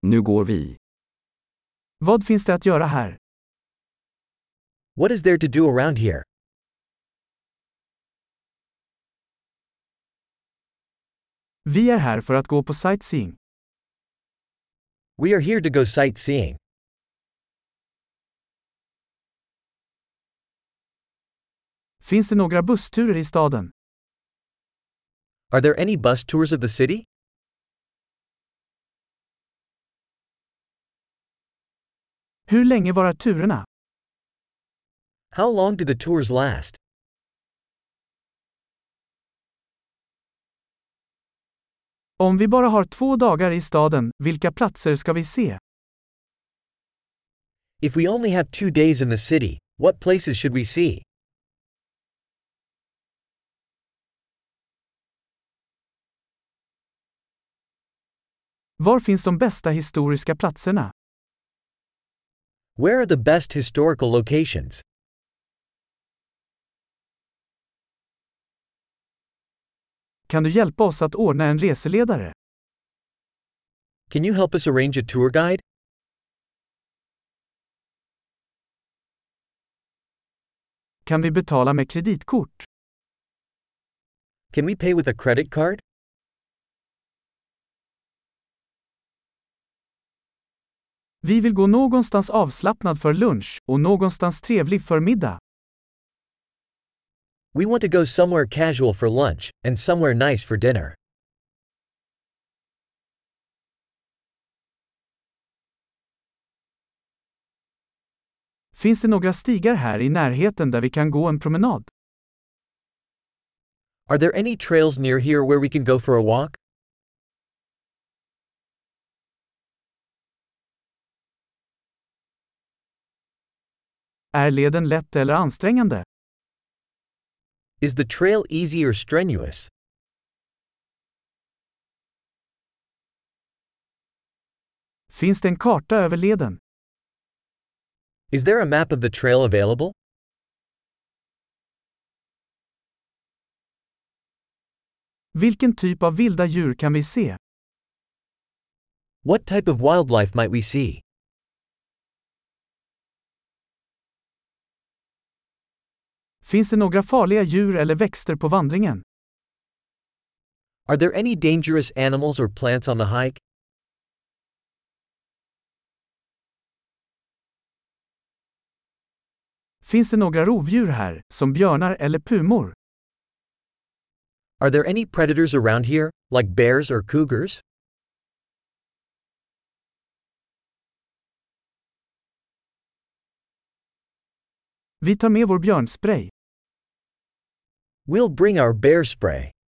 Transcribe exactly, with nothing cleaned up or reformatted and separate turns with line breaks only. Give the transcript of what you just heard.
Nu går vi.
Vad finns det att göra här?
What is there to do around here?
Vi är här för att gå på sightseeing.
We are here to go sightseeing.
Finns det några bussturer i staden?
Are there any bus tours of the city?
Hur länge varar turerna?
How long do the tours last?
Om vi bara har två dagar i staden, vilka platser ska vi se?
If we only have two days in the city, what places should we see?
Var finns de bästa historiska platserna?
Where are the best historical locations?
Kan du hjälpa oss att ordna en reseledare?
Can you help us arrange a tour guide?
Kan vi betala med kreditkort?
Can we pay with a credit card?
Vi vill gå någonstans avslappnad för lunch och någonstans trevlig för middag.
We want to go somewhere casual for lunch, and somewhere nice for dinner.
Finns det några stigar här i närheten där vi kan gå en promenad?
Are there any trails near here where we can go for a walk?
Är leden lätt eller ansträngande?
Is the trail easy or strenuous?
Finns det en karta över leden?
Is there a map of the trail available?
Vilken typ av vilda djur kan vi se?
What type of wildlife might we see?
Finns det några farliga djur eller växter på vandringen?
Are there any dangerous animals or plants on the hike?
Finns det några rovdjur här, som björnar eller pumor?
Are there any predators around here, like bears or cougars?
Vi tar med vår björnspray.
We'll bring our bear spray.